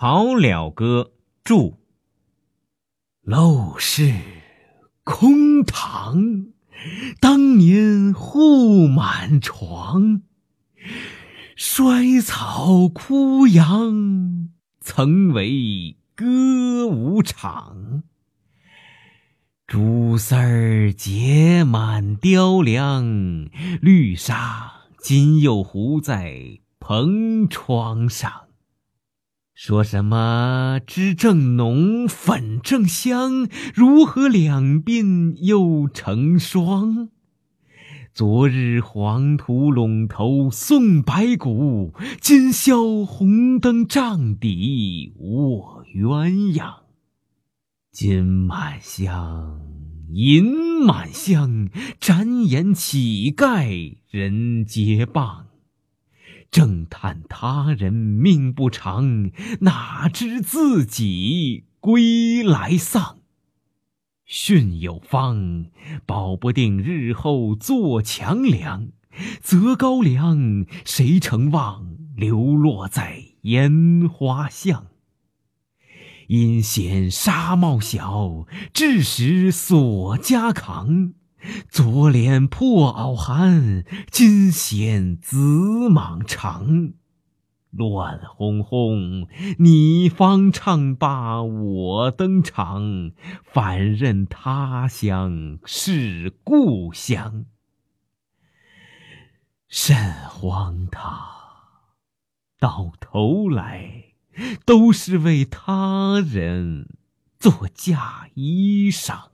好了歌注： 陋室空堂，当年户满床。衰草枯杨，曾为歌舞场。朱丝儿结满雕梁，绿纱今又糊在蓬窗上。说什么脂正浓，粉正香，如何两鬓又成霜？昨日黄土陇头送白骨，今宵红灯帐底卧鸳鸯。金满箱，银满箱，展眼乞丐人皆谤。正叹他人命不长，哪知自己归来丧。训有方，保不定日后做强梁。择高粱，谁曾望流落在烟花巷？因嫌纱帽小，致使锁枷扛。左脸破袄寒，今嫌紫蟒长。乱哄哄，你方唱罢我登场，反认他乡是故乡。甚荒唐！到头来，都是为他人做嫁衣裳。